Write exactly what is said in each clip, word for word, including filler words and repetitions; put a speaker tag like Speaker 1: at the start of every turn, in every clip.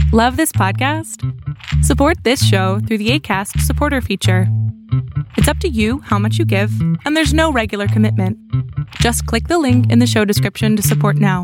Speaker 1: Love this podcast? Support this show through the Acast supporter feature. It's up to you how much you give, and there's no regular commitment. Just click the link in the show description to support now.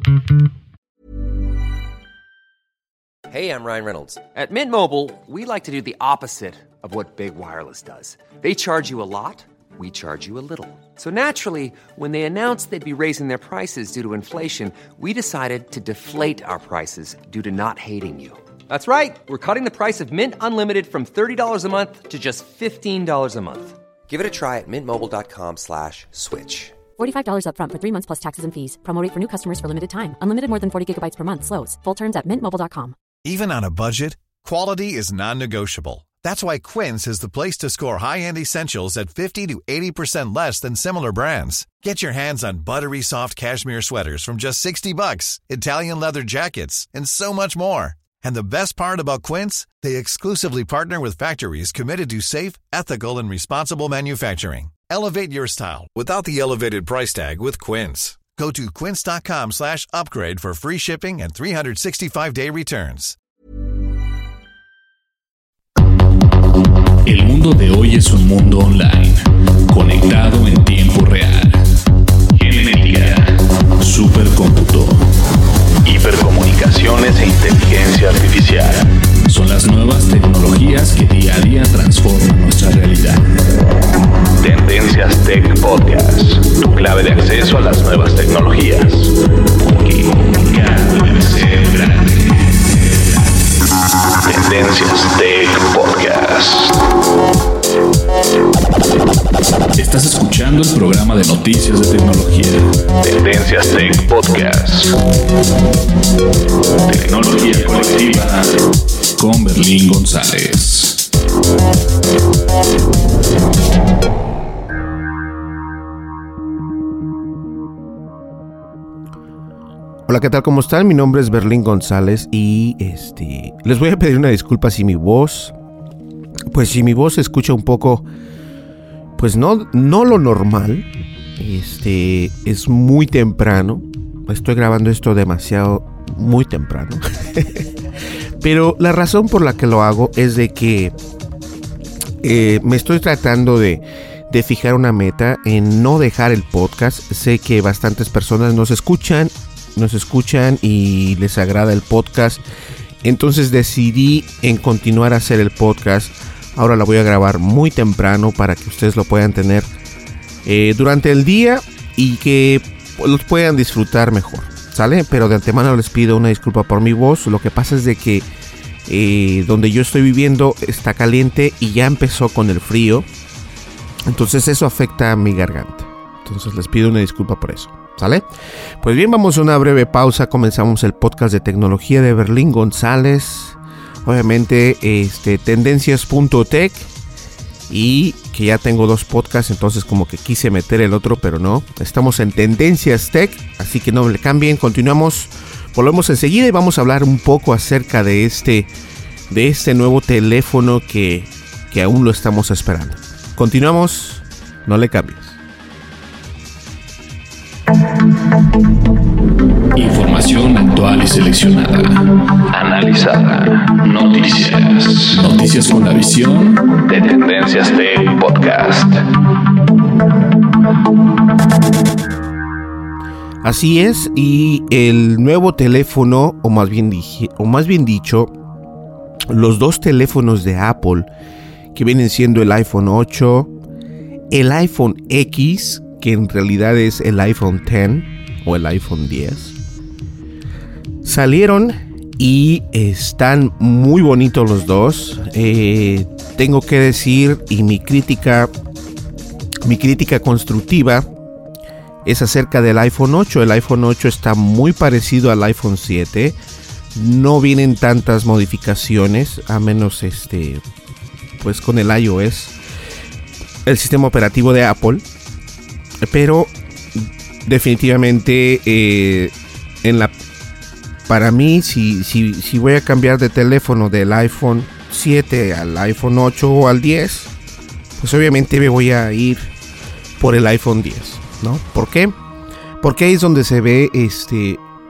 Speaker 2: Hey, I'm Ryan Reynolds. At Mint Mobile, we like to do the opposite of what Big Wireless does. They charge you a lot, we charge you a little. So naturally, when they announced they'd be raising their prices due to inflation, we decided to deflate our prices due to not hating you. That's right. We're cutting the price of Mint Unlimited from thirty dollars a month to just fifteen dollars a month. Give it a try at mintmobile.com slash switch.
Speaker 3: forty-five dollars up front for three months plus taxes and fees. Promo rate for new customers for limited time. Unlimited more than forty gigabytes per month. Slows full terms at mint mobile dot com.
Speaker 4: Even on a budget, quality is non-negotiable. That's why Quince is the place to score high-end essentials at fifty to eighty percent less than similar brands. Get your hands on buttery soft cashmere sweaters from just sixty bucks, Italian leather jackets, and so much more. And the best part about Quince, they exclusively partner with factories committed to safe, ethical, and responsible manufacturing. Elevate your style without the elevated price tag with Quince. Go to quince.com slash upgrade for free shipping and three sixty-five day returns.
Speaker 5: El mundo de hoy es un mundo online, conectado en tiempo real. Genética, supercómputo, hipercomunicaciones e inteligencia artificial son las nuevas tecnologías que día a día transforman nuestra realidad. Tendencias Tech Podcast, tu clave de acceso a las nuevas tecnologías. Porque cada puede ser grande. Tendencias Tech Podcast. Estás escuchando el programa de noticias de tecnología. Tendencias Tech Podcast. Tecnología colectiva con Berlín González.
Speaker 6: Hola, ¿qué tal? ¿Cómo están? Mi nombre es Berlín González y este les voy a pedir una disculpa si mi voz, pues si mi voz se escucha un poco, pues no, no lo normal. Este es muy temprano. Estoy grabando esto demasiado, muy temprano. Pero la razón por la que lo hago es de que eh, me estoy tratando de, de fijar una meta en no dejar el podcast. Sé que bastantes personas nos escuchan, nos escuchan y les agrada el podcast. Entonces decidí en continuar a hacer el podcast. Ahora la voy a grabar muy temprano para que ustedes lo puedan tener eh, durante el día y que los puedan disfrutar mejor, ¿sale? Pero de antemano les pido una disculpa por mi voz. Lo que pasa es de que eh, donde yo estoy viviendo está caliente y ya empezó con el frío. Entonces eso afecta a mi garganta. Entonces les pido una disculpa por eso, ¿sale? Pues bien, vamos a una breve pausa. Comenzamos el podcast de tecnología de Berlín González. Obviamente este, tendencias punto tech. Y que ya tengo dos podcasts, entonces como que quise meter el otro, pero no. Estamos en Tendencias Tech, así que no le cambien. Continuamos, volvemos enseguida y vamos a hablar un poco acerca de este, de este nuevo teléfono que, que aún lo estamos esperando. Continuamos, no le cambies.
Speaker 5: Información actual y seleccionada. Analizada. Noticias. Noticias con la visión de Tendencias Tech Podcast.
Speaker 6: Así es, y el nuevo teléfono, o más bien, dije, o más bien dicho, los dos teléfonos de Apple, que vienen siendo el iPhone ocho, el iPhone X, que en realidad es el iPhone diez o el iPhone diez, salieron y están muy bonitos los dos. Eh, tengo que decir, y mi crítica, mi crítica constructiva es acerca del iPhone ocho. El iPhone ocho está muy parecido al iPhone siete. No vienen tantas modificaciones, a menos este, pues con el iOS, el sistema operativo de Apple. Pero definitivamente eh, en la para mí si, si, si voy a cambiar de teléfono del iPhone siete al iPhone ocho o al diez, pues obviamente me voy a ir por el iPhone diez, ¿no? ¿Por qué? Porque ahí es donde se ve este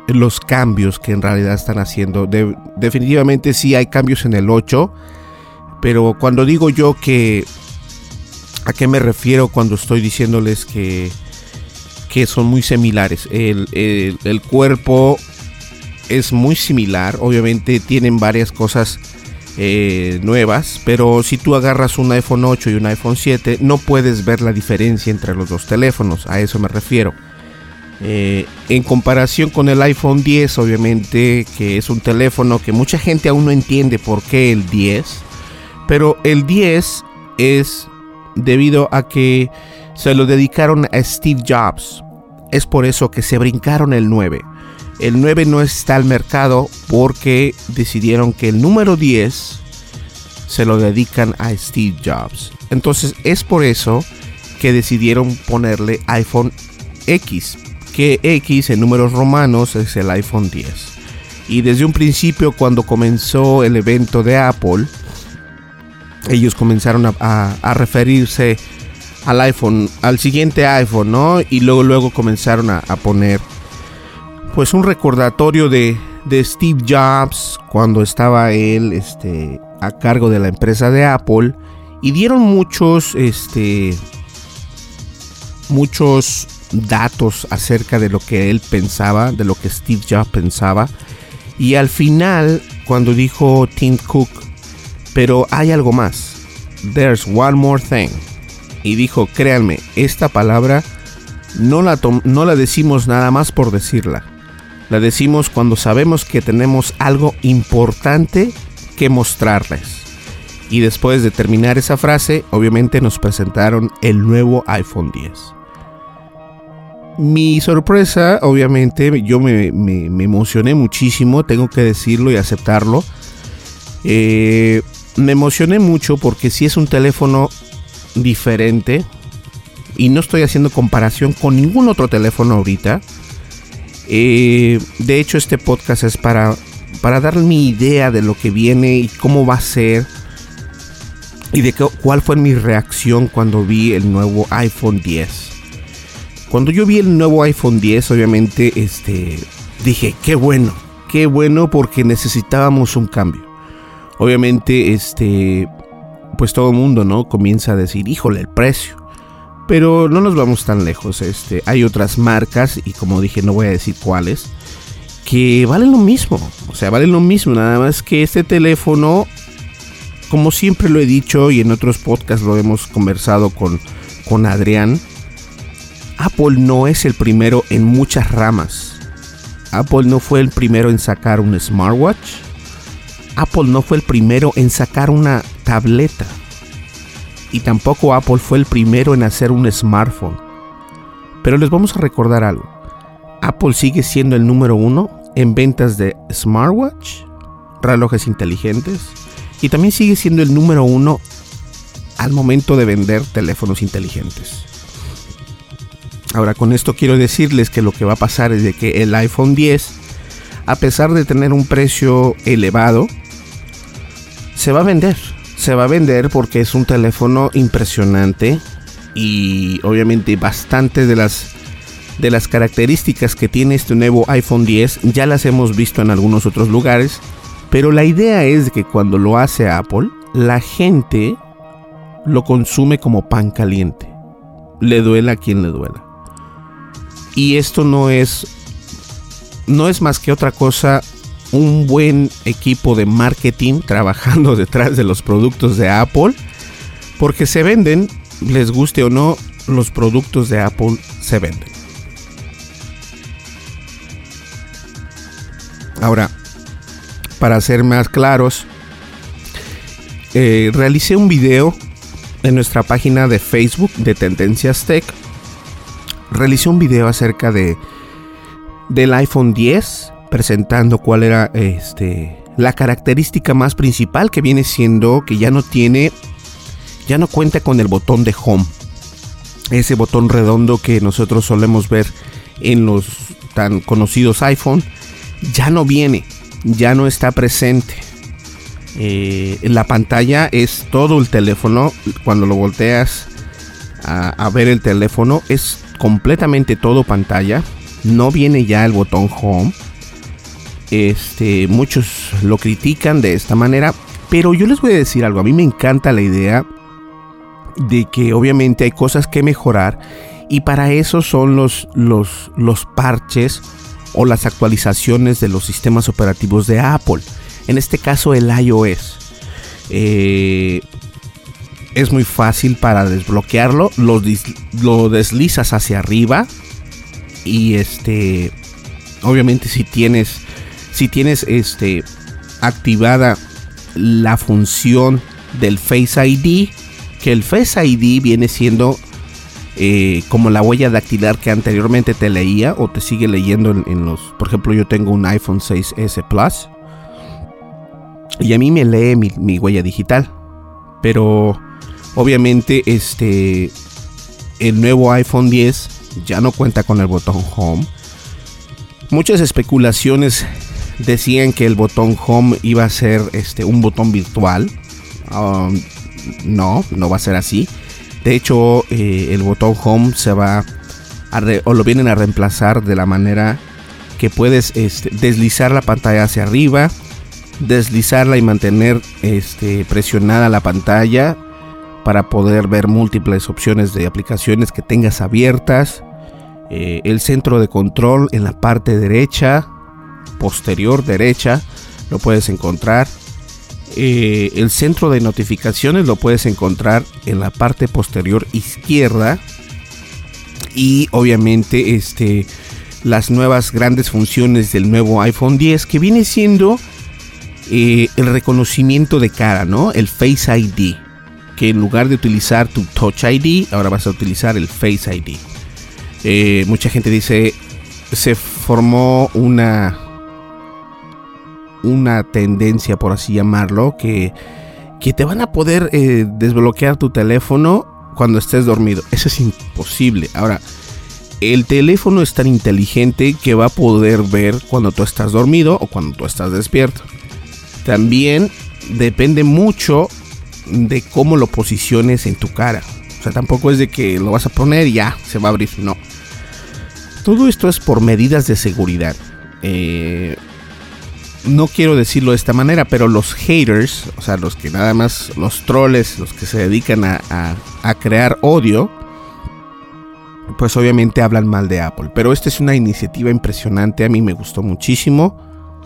Speaker 6: los cambios que en realidad están haciendo. De, definitivamente sí hay cambios en el ocho, pero cuando digo yo que... ¿A qué me refiero cuando estoy diciéndoles que, que son muy similares? El, el, el cuerpo es muy similar, obviamente tienen varias cosas eh, nuevas, pero si tú agarras un iPhone ocho y un iPhone siete, no puedes ver la diferencia entre los dos teléfonos, a eso me refiero. Eh, en comparación con el iPhone diez, obviamente, que es un teléfono que mucha gente aún no entiende por qué el diez, pero el diez es debido a que se lo dedicaron a Steve Jobs. Es por eso que se brincaron el nueve. El nueve no está al mercado porque decidieron que el número diez se lo dedican a Steve Jobs. Entonces es por eso que decidieron ponerle iPhone X, que X en números romanos es el iPhone diez. Y desde un principio, cuando comenzó el evento de Apple, ellos comenzaron a, a, a referirse al iPhone, al siguiente iPhone, ¿no? Y luego luego comenzaron a, a poner pues un recordatorio de, de Steve Jobs cuando estaba él este, a cargo de la empresa de Apple, y dieron muchos este muchos datos acerca de lo que él pensaba, de lo que Steve Jobs pensaba. Y al final, cuando dijo Tim Cook, pero hay algo más, there's one more thing, y dijo, créanme, esta palabra no la, to- no la decimos nada más por decirla, la decimos cuando sabemos que tenemos algo importante que mostrarles. Y después de terminar esa frase, obviamente nos presentaron el nuevo iPhone diez. Mi sorpresa, obviamente, yo me, me, me emocioné muchísimo, tengo que decirlo y aceptarlo. Eh, me emocioné mucho porque sí es un teléfono diferente y no estoy haciendo comparación con ningún otro teléfono ahorita. Eh, de hecho, este podcast es para, para dar mi idea de lo que viene y cómo va a ser y de qué, cuál fue mi reacción cuando vi el nuevo iPhone diez. Cuando yo vi el nuevo iPhone diez, obviamente, este, dije, qué bueno, qué bueno, porque necesitábamos un cambio. Obviamente, este, pues todo el mundo, ¿no? Comienza a decir, híjole, el precio. Pero no nos vamos tan lejos. Este, hay otras marcas, y como dije, no voy a decir cuáles, que valen lo mismo. O sea, valen lo mismo, nada más que este teléfono, como siempre lo he dicho, y en otros podcasts lo hemos conversado con, con Adrián, Apple no es el primero en muchas ramas. Apple no fue el primero en sacar un smartwatch. Apple no fue el primero en sacar una tableta. Y tampoco Apple fue el primero en hacer un smartphone. Pero les vamos a recordar algo. Apple sigue siendo el número uno en ventas de smartwatch, relojes inteligentes, y también sigue siendo el número uno al momento de vender teléfonos inteligentes. Ahora, con esto quiero decirles que lo que va a pasar es de que el iPhone diez, a pesar de tener un precio elevado, se va a vender. Se va a vender porque es un teléfono impresionante y obviamente bastante de las, de las características que tiene este nuevo iPhone diez ya las hemos visto en algunos otros lugares, pero la idea es de que cuando lo hace Apple, la gente lo consume como pan caliente. Le duela a quien le duela. Y esto no es, no es más que otra cosa, un buen equipo de marketing trabajando detrás de los productos de Apple, porque se venden, les guste o no, los productos de Apple se venden. Ahora, para ser más claros, eh, realicé un video en nuestra página de Facebook de Tendencias Tech. Realicé un video acerca de del iPhone diez, presentando cuál era este la característica más principal, que viene siendo que ya no tiene, ya no cuenta con el botón de Home, ese botón redondo que nosotros solemos ver en los tan conocidos iPhone. Ya no viene, ya no está presente. Eh, la pantalla es todo el teléfono. Cuando lo volteas a, a ver el teléfono, es completamente todo pantalla. No viene ya el botón Home. Este, muchos lo critican de esta manera, pero yo les voy a decir algo. A mí me encanta la idea de que obviamente hay cosas que mejorar, y para eso son los, los, los parches o las actualizaciones de los sistemas operativos de Apple. En este caso el iOS. Eh, es muy fácil para desbloquearlo. Lo, lo deslizas hacia arriba y este, obviamente si tienes, si tienes este, activada la función del Face I D, que el Face I D viene siendo Eh, como la huella dactilar que anteriormente te leía o te sigue leyendo en, en los, por ejemplo, yo tengo un iPhone seis ese Plus y a mí me lee mi, mi huella digital, pero obviamente este el nuevo iPhone diez ya no cuenta con el botón Home. Muchas especulaciones decían que el botón Home iba a ser este un botón virtual. Um, no, no va a ser así. De hecho, eh, el botón Home se va a re- o lo vienen a reemplazar de la manera que puedes este, deslizar la pantalla hacia arriba, deslizarla y mantener este, presionada la pantalla para poder ver múltiples opciones de aplicaciones que tengas abiertas. Eh, el centro de control en la parte derecha, posterior derecha, lo puedes encontrar. Eh, el centro de notificaciones lo puedes encontrar en la parte posterior izquierda, y obviamente este, las nuevas grandes funciones del nuevo iPhone diez, que viene siendo eh, el reconocimiento de cara, ¿no? El Face I D, que en lugar de utilizar tu Touch I D, ahora vas a utilizar el Face I D. Eh, mucha gente dice, se formó una una tendencia, por así llamarlo, que, que te van a poder eh, desbloquear tu teléfono cuando estés dormido. Eso es imposible. Ahora, el teléfono es tan inteligente que va a poder ver cuando tú estás dormido o cuando tú estás despierto. También depende mucho de cómo lo posiciones en tu cara. O sea, tampoco es de que lo vas a poner y ya se va a abrir. No. Todo esto es por medidas de seguridad. Eh... No quiero decirlo de esta manera, pero los haters, o sea, los que nada más, los troles, los que se dedican a, a, a crear odio, pues obviamente hablan mal de Apple. Pero esta es una iniciativa impresionante, a mí me gustó muchísimo.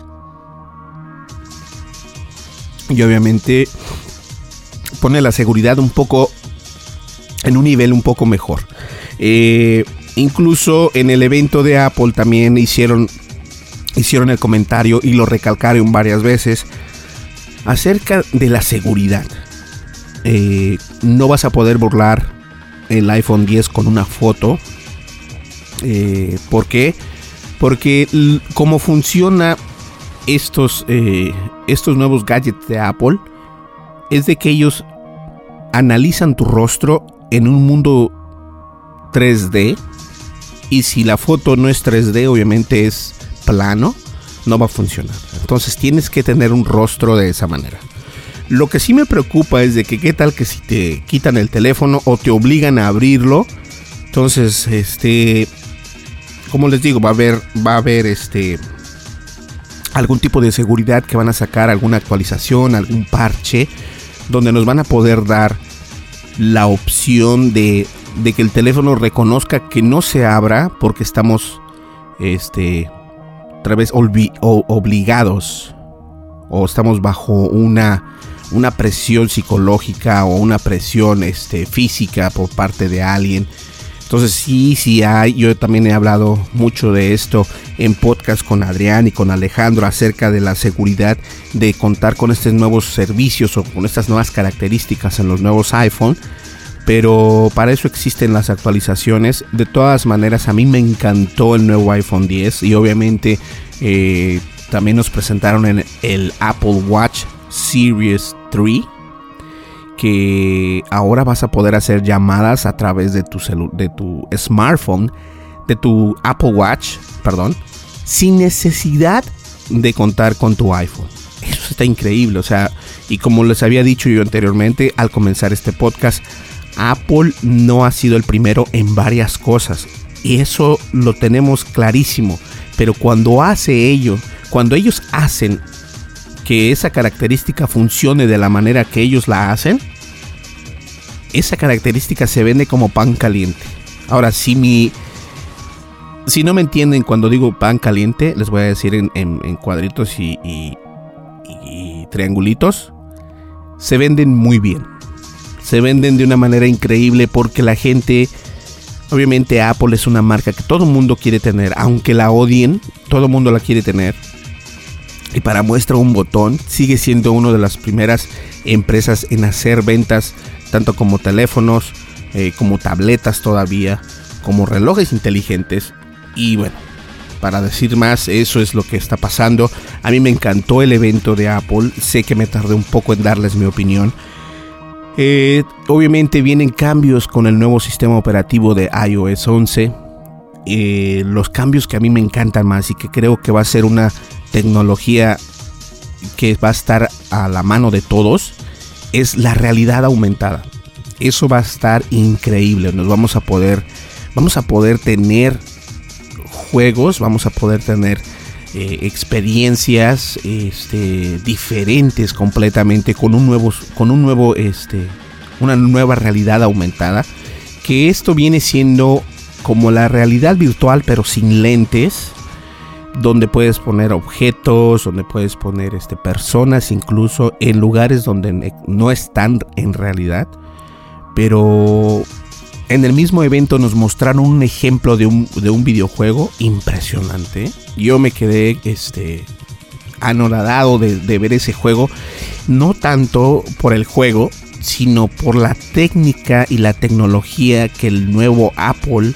Speaker 6: Y obviamente pone la seguridad un poco, en un nivel un poco mejor. Eh, incluso en el evento de Apple también hicieron... Hicieron el comentario y lo recalcaron varias veces acerca de la seguridad. Eh, no vas a poder burlar el iPhone diez con una foto. Eh, ¿Por qué? Porque l- cómo funciona estos, eh, estos nuevos gadgets de Apple es de que ellos analizan tu rostro en un mundo tres D. Y si la foto no es tres D, obviamente es plano, no va a funcionar. Entonces tienes que tener un rostro de esa manera. Lo que sí me preocupa es de que qué tal que si te quitan el teléfono o te obligan a abrirlo. Entonces, este, como les digo, va a haber, va a haber este algún tipo de seguridad que van a sacar, alguna actualización, algún parche, donde nos van a poder dar la opción de, de que el teléfono reconozca que no se abra porque estamos este otra vez olvi- o obligados o estamos bajo una, una presión psicológica o una presión este, física por parte de alguien. Entonces sí, sí hay, yo también he hablado mucho de esto en podcast con Adrián y con Alejandro acerca de la seguridad de contar con estos nuevos servicios o con estas nuevas características en los nuevos iPhone. Pero para eso existen las actualizaciones. De todas maneras, a mí me encantó el nuevo iPhone diez. Y obviamente eh, también nos presentaron en el Apple Watch Series tres, que ahora vas a poder hacer llamadas a través de tu, celu- de tu smartphone, de tu Apple Watch, perdón, sin necesidad de contar con tu iPhone. Eso está increíble. O sea, y como les había dicho yo anteriormente al comenzar este podcast, Apple no ha sido el primero en varias cosas y eso lo tenemos clarísimo, pero cuando hace ello, cuando ellos hacen que esa característica funcione de la manera que ellos la hacen, esa característica se vende como pan caliente. Ahora, si mi... Si no me entienden cuando digo pan caliente, les voy a decir en, en, en cuadritos y, y, y triangulitos. Se venden muy bien. Se venden de una manera increíble porque la gente... Obviamente Apple es una marca que todo el mundo quiere tener. Aunque la odien, todo el mundo la quiere tener. Y para muestra un botón, sigue siendo una de las primeras empresas en hacer ventas, tanto como teléfonos, eh, como tabletas todavía, como relojes inteligentes. Y bueno, para decir más, eso es lo que está pasando. A mí me encantó el evento de Apple. Sé que me tardé un poco en darles mi opinión. Eh, obviamente vienen cambios con el nuevo sistema operativo de i O S once. Eh, los cambios que a mí me encantan más y que creo que va a ser una tecnología que va a estar a la mano de todos es la realidad aumentada. Eso va a estar increíble. Nos vamos a poder, vamos a poder tener juegos, vamos a poder tener eh, experiencias este, diferentes completamente con un nuevo, con un nuevo, este, una nueva realidad aumentada. Que esto viene siendo como la realidad virtual, pero sin lentes, donde puedes poner objetos, donde puedes poner este, personas, incluso en lugares donde no están en realidad. Pero en el mismo evento nos mostraron un ejemplo de un, de un videojuego impresionante. Yo me quedé este, anonadado de, de ver ese juego, no tanto por el juego, sino por la técnica y la tecnología que el nuevo Apple,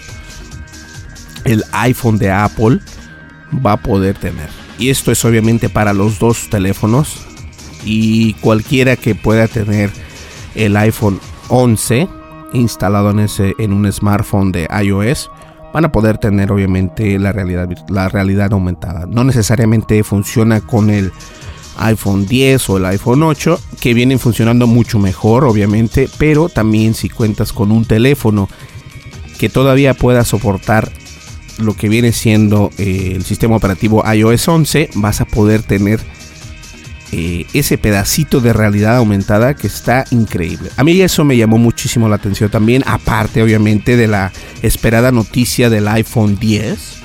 Speaker 6: el iPhone de Apple, va a poder tener. Y esto es obviamente para los dos teléfonos, y cualquiera que pueda tener el iPhone once instalado en ese en un smartphone de iOS van a poder tener obviamente la realidad la realidad aumentada. No necesariamente funciona con el iPhone diez o el iPhone ocho, que vienen funcionando mucho mejor obviamente, pero también si cuentas con un teléfono que todavía pueda soportar lo que viene siendo eh, el sistema operativo i O S once, vas a poder tener eh, ese pedacito de realidad aumentada que está increíble. A mí eso me llamó muchísimo la atención también, aparte obviamente de la esperada noticia del iPhone diez,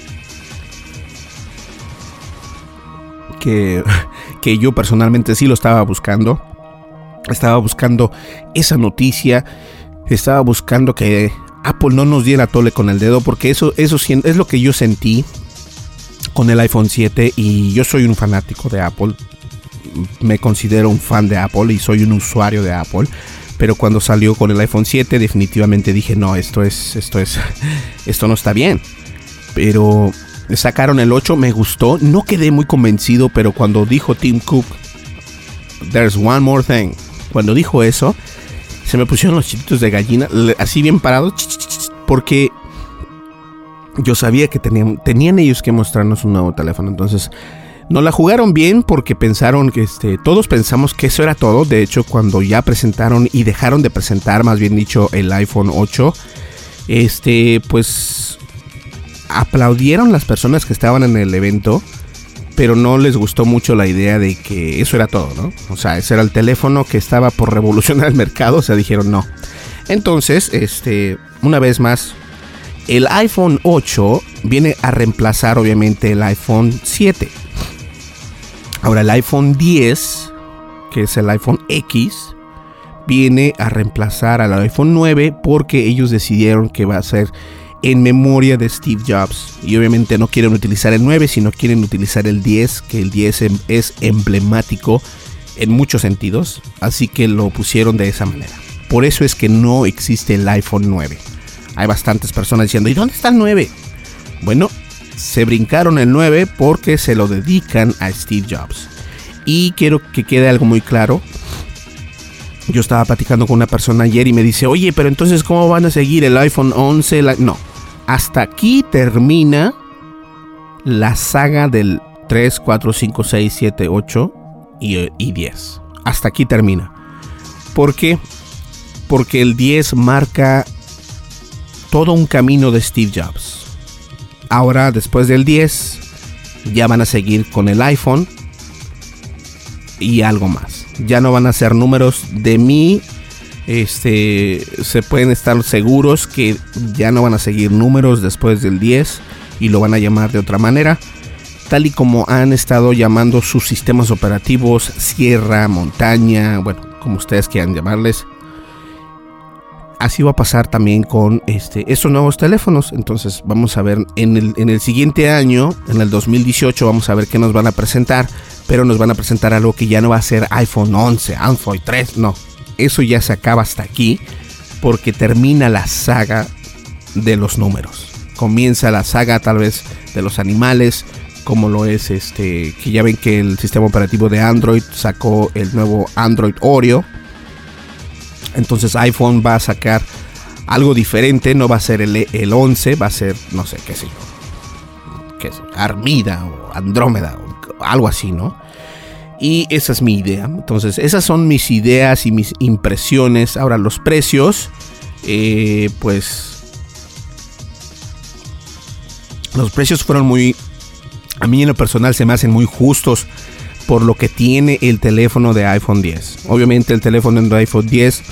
Speaker 6: que, que yo personalmente sí lo estaba buscando. Estaba buscando esa noticia, estaba buscando que Apple no nos diera tole con el dedo, porque eso, eso es lo que yo sentí con el iPhone siete, y yo soy un fanático de Apple, me considero un fan de Apple y soy un usuario de Apple, pero cuando salió con el iPhone siete definitivamente dije no, esto es, esto es, esto no está bien. Pero sacaron el ocho, me gustó, no quedé muy convencido, pero cuando dijo Tim Cook, there's one more thing, cuando dijo eso, se me pusieron los chilitos de gallina, así bien parados, porque yo sabía que tenían, tenían ellos que mostrarnos un nuevo teléfono. Entonces no la jugaron bien, porque pensaron que este, todos pensamos que eso era todo. De hecho, cuando ya presentaron y dejaron de presentar, más bien dicho, el iPhone ocho, este, pues aplaudieron las personas que estaban en el evento, pero no les gustó mucho la idea de que eso era todo, ¿no? O sea, ese era el teléfono que estaba por revolucionar el mercado. O sea, dijeron no. Entonces, este, una vez más, el iPhone ocho viene a reemplazar obviamente el iPhone siete. Ahora el iPhone diez, que es el iPhone X, viene a reemplazar al iPhone nueve, porque ellos decidieron que va a ser en memoria de Steve Jobs, y obviamente no quieren utilizar el nueve, sino quieren utilizar el diez, que el diez es emblemático en muchos sentidos, así que lo pusieron de esa manera. Por eso es que no existe el iPhone nueve. Hay bastantes personas diciendo, ¿y dónde está el nueve? Bueno, se brincaron el nueve porque se lo dedican a Steve Jobs. Y quiero que quede algo muy claro. Yo estaba platicando con una persona ayer y me dice, oye, pero entonces ¿cómo van a seguir el iPhone once? La... No, hasta aquí termina la saga del tres, cuatro, cinco, seis, siete, ocho y, y diez. Hasta aquí termina. ¿Por qué? Porque el diez marca todo un camino de Steve Jobs. Ahora, después del diez, ya van a seguir con el iPhone y algo más. Ya no van a ser números de mí. Este, se pueden estar seguros que ya no van a seguir números después del diez y lo van a llamar de otra manera, tal y como han estado llamando sus sistemas operativos, sierra, montaña, bueno, como ustedes quieran llamarles. Así va a pasar también con este, estos nuevos teléfonos. Entonces vamos a ver en el, en el siguiente año, en el dos mil dieciocho, vamos a ver qué nos van a presentar, pero nos van a presentar algo que ya no va a ser iPhone once, Android tres, no. Eso ya se acaba hasta aquí, porque termina la saga de los números. Comienza la saga tal vez de los animales, como lo es este, que ya ven que el sistema operativo de Android sacó el nuevo Android Oreo. Entonces iPhone va a sacar algo diferente, no va a ser el, el once, va a ser, no sé, qué sé yo, qué sé, Armida o Andrómeda o algo así, ¿no? Y esa es mi idea. Entonces, esas son mis ideas y mis impresiones. Ahora, los precios, eh, pues, los precios fueron muy, a mí en lo personal se me hacen muy justos por lo que tiene el teléfono de iPhone diez. Obviamente el teléfono de iPhone diez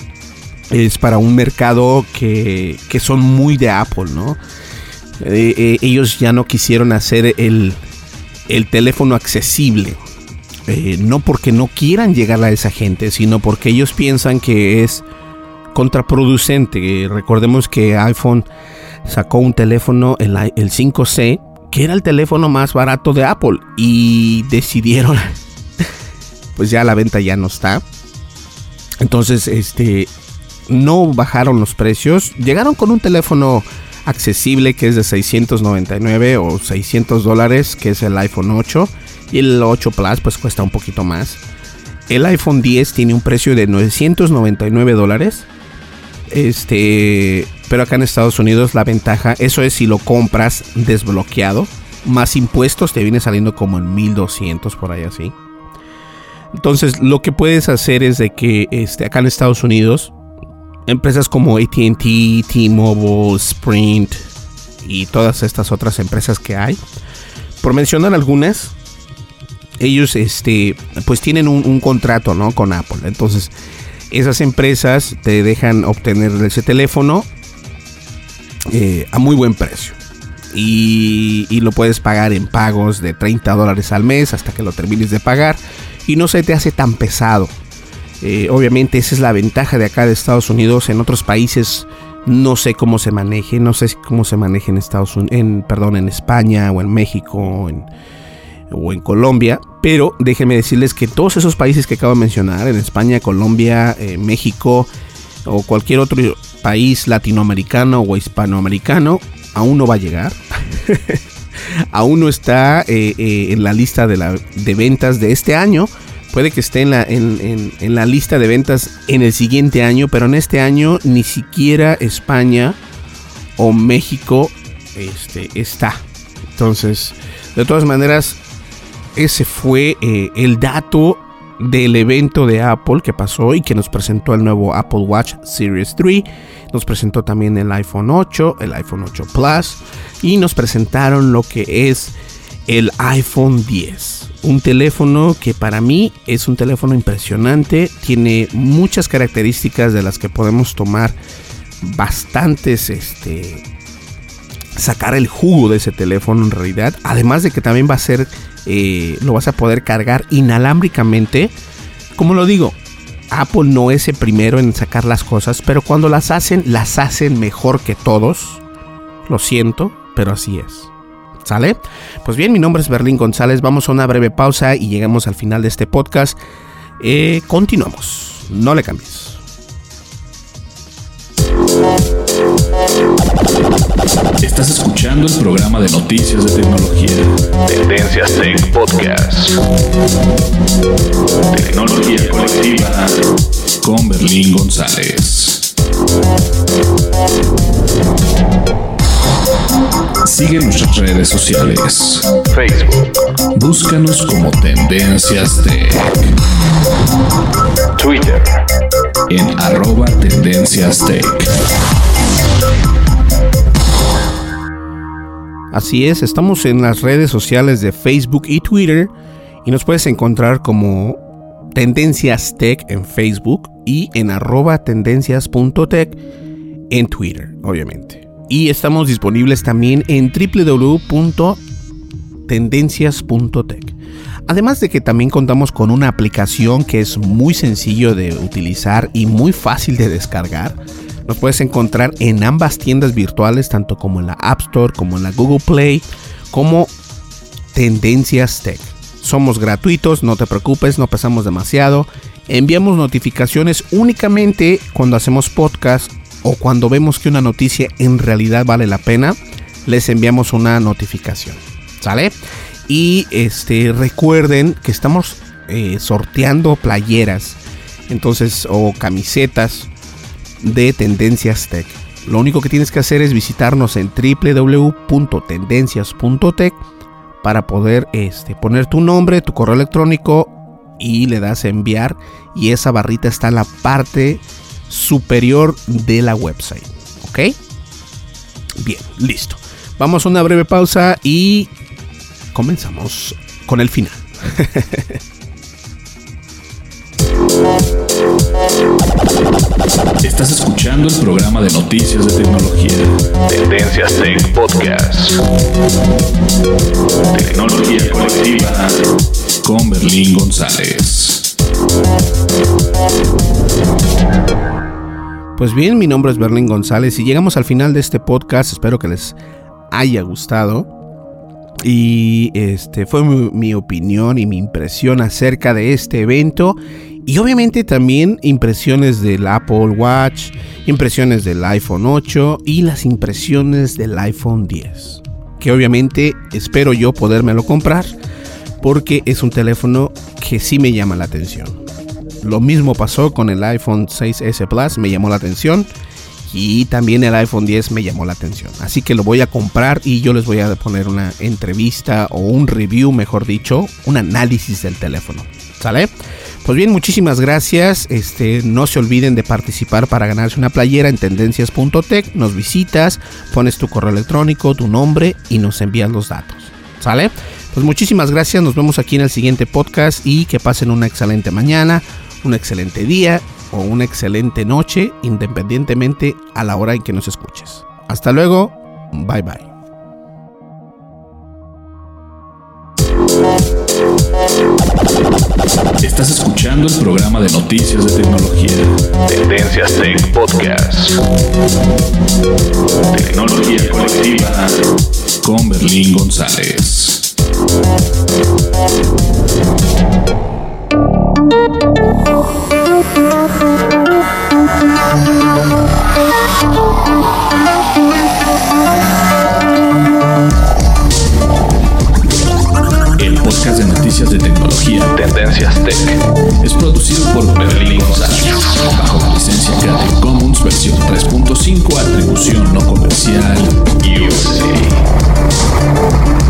Speaker 6: es para un mercado que, que son muy de Apple, ¿no? Eh, eh, ellos ya no quisieron hacer el, el teléfono accesible. Eh, no porque no quieran llegar a esa gente, sino porque ellos piensan que es contraproducente. Eh, recordemos que iPhone sacó un teléfono, el, el cinco C, que era el teléfono más barato de Apple, y decidieron, pues ya la venta ya no está. Entonces, este, no bajaron los precios, llegaron con un teléfono accesible que es de seiscientos noventa y nueve o seiscientos dólares, que es el iPhone ocho. Y el ocho Plus pues cuesta un poquito más. El iPhone diez tiene un precio de novecientos noventa y nueve dólares. Este, pero acá en Estados Unidos la ventaja, eso es si lo compras desbloqueado, más impuestos, te viene saliendo como en mil doscientos por ahí así. Entonces lo que puedes hacer es de que este, acá en Estados Unidos, empresas como A T and T, T-Mobile, Sprint y todas estas otras empresas que hay, por mencionar algunas, ellos este, pues tienen un, un contrato, ¿no?, con Apple. Entonces esas empresas te dejan obtener ese teléfono eh, a muy buen precio. Y, y lo puedes pagar en pagos de treinta dólares al mes hasta que lo termines de pagar. Y no se te hace tan pesado. Eh, obviamente esa es la ventaja de acá de Estados Unidos. En otros países no sé cómo se maneje. No sé cómo se maneje en Estados Unidos, en, perdón, en España o en México o en... o en Colombia, pero déjenme decirles que todos esos países que acabo de mencionar, en España, Colombia, eh, México o cualquier otro país latinoamericano o hispanoamericano, aún no va a llegar. Aún no está eh, eh, en la lista de, la, de ventas de este año. Puede que esté en la, en, en, en la lista de ventas en el siguiente año, pero en este año ni siquiera España o México este, está. Entonces, de todas maneras, ese fue eh, el dato del evento de Apple que pasó y que nos presentó el nuevo Apple Watch Series tres. Nos presentó también el iPhone ocho, el iPhone ocho Plus, y nos presentaron lo que es el iPhone diez. Un teléfono que para mí es un teléfono impresionante. Tiene muchas características de las que podemos tomar bastantes, este, sacar el jugo de ese teléfono en realidad. Además de que también va a ser, eh, lo vas a poder cargar inalámbricamente. Como lo digo, Apple no es el primero en sacar las cosas, pero cuando las hacen, las hacen mejor que todos. Lo siento, pero así es. ¿Sale? Pues bien, mi nombre es Berlín González. Vamos a una breve pausa y llegamos al final de este podcast. Eh, continuamos. No le cambies.
Speaker 5: Estás escuchando el programa de noticias de tecnología. Tendencias Tech Podcast. Tecnología colectiva con Berlín González. Sigue nuestras redes sociales. Facebook. Búscanos como Tendencias Tech. Twitter. En arroba Tendencias Tech.
Speaker 6: Así es, estamos en las redes sociales de Facebook y Twitter y nos puedes encontrar como Tendencias Tech en Facebook y en arroba tendencias.tech en Twitter, obviamente. Y estamos disponibles también en doble u doble u doble u punto tendencias punto tech. Además de que también contamos con una aplicación que es muy sencillo de utilizar y muy fácil de descargar. Nos puedes encontrar en ambas tiendas virtuales, tanto como en la App Store, como en la Google Play, como Tendencias Tech. Somos gratuitos, no te preocupes, no pesamos demasiado. Enviamos notificaciones únicamente cuando hacemos podcast o cuando vemos que una noticia en realidad vale la pena. Les enviamos una notificación, ¿sale? Y este, recuerden que estamos eh, sorteando playeras, entonces, o camisetas de Tendencias Tech. Lo único que tienes que hacer es visitarnos en doble u doble u doble u punto tendencias punto tech para poder este, poner tu nombre, tu correo electrónico y le das a enviar, y esa barrita está en la parte superior de la website. ¿Ok? Bien, listo. Vamos a una breve pausa y comenzamos con el final.
Speaker 5: Estás escuchando el programa de noticias de tecnología. Tendencias Tech Podcast. Tecnología colectiva con Berlín González.
Speaker 6: Pues bien, mi nombre es Berlín González y llegamos al final de este podcast. Espero que les haya gustado. Y este fue mi, mi opinión y mi impresión acerca de este evento. Y obviamente también impresiones del Apple Watch, impresiones del iPhone ocho y las impresiones del iPhone diez. Que obviamente espero yo podérmelo comprar porque es un teléfono que sí me llama la atención. Lo mismo pasó con el iPhone seis ese Plus, me llamó la atención. Y también el iPhone diez me llamó la atención. Así que lo voy a comprar y yo les voy a poner una entrevista o un review, mejor dicho, un análisis del teléfono. ¿Sale? Pues bien, muchísimas gracias. Este, no se olviden de participar para ganarse una playera en tendencias punto tech. Nos visitas, pones tu correo electrónico, tu nombre y nos envías los datos. ¿Sale? Pues muchísimas gracias. Nos vemos aquí en el siguiente podcast y que pasen una excelente mañana, un excelente día o una excelente noche, independientemente a la hora en que nos escuches. Hasta luego. Bye bye.
Speaker 5: Estás escuchando el programa de noticias de tecnología. Tendencias Tech Podcast. Tecnología colectiva con Berlín González. El podcast de noticias de tecnología Tendencias Tech es producido por Berlín González bajo la licencia Creative Commons versión tres punto cinco, atribución no comercial U S A.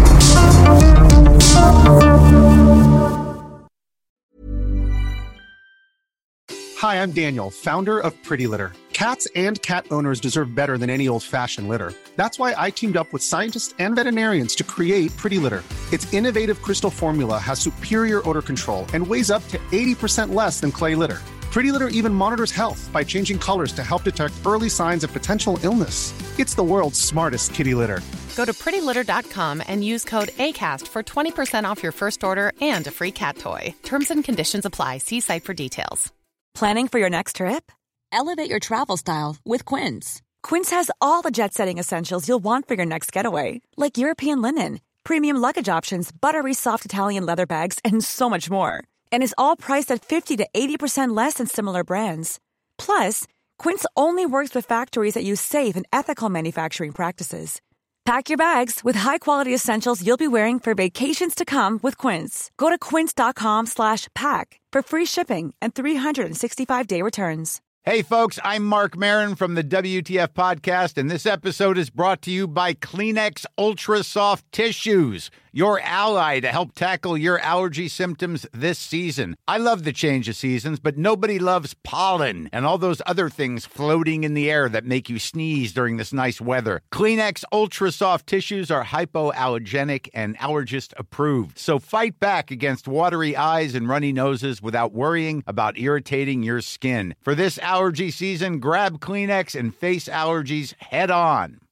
Speaker 7: Hi, I'm Daniel, founder of Pretty Litter. Cats and cat owners deserve better than any old-fashioned litter. That's why I teamed up with scientists and veterinarians to create Pretty Litter. Its innovative crystal formula has superior odor control and weighs up to eighty percent less than clay litter. Pretty Litter even monitors health by changing colors to help detect early signs of potential illness. It's the world's smartest kitty litter.
Speaker 8: Go to pretty litter dot com and use code ACAST for twenty percent off your first order and a free cat toy. Terms and conditions apply. See site for details.
Speaker 9: Planning for your next trip? Elevate your travel style with Quince. Quince has all the jet-setting essentials you'll want for your next getaway, like European linen, premium luggage options, buttery soft Italian leather bags, and so much more. And is all priced at fifty to eighty percent less than similar brands. Plus, Quince only works with factories that use safe and ethical manufacturing practices. Pack your bags with high-quality essentials you'll be wearing for vacations to come with Quince. Go to quince dot com slash pack for free shipping and three sixty-five day returns.
Speaker 10: Hey, folks, I'm Mark Maron from the W T F Podcast, and this episode is brought to you by Kleenex Ultra Soft Tissues, your ally to help tackle your allergy symptoms this season. I love the change of seasons, but nobody loves pollen and all those other things floating in the air that make you sneeze during this nice weather. Kleenex Ultra Soft Tissues are hypoallergenic and allergist approved. So fight back against watery eyes and runny noses without worrying about irritating your skin. For this allergy season, grab Kleenex and face allergies head on.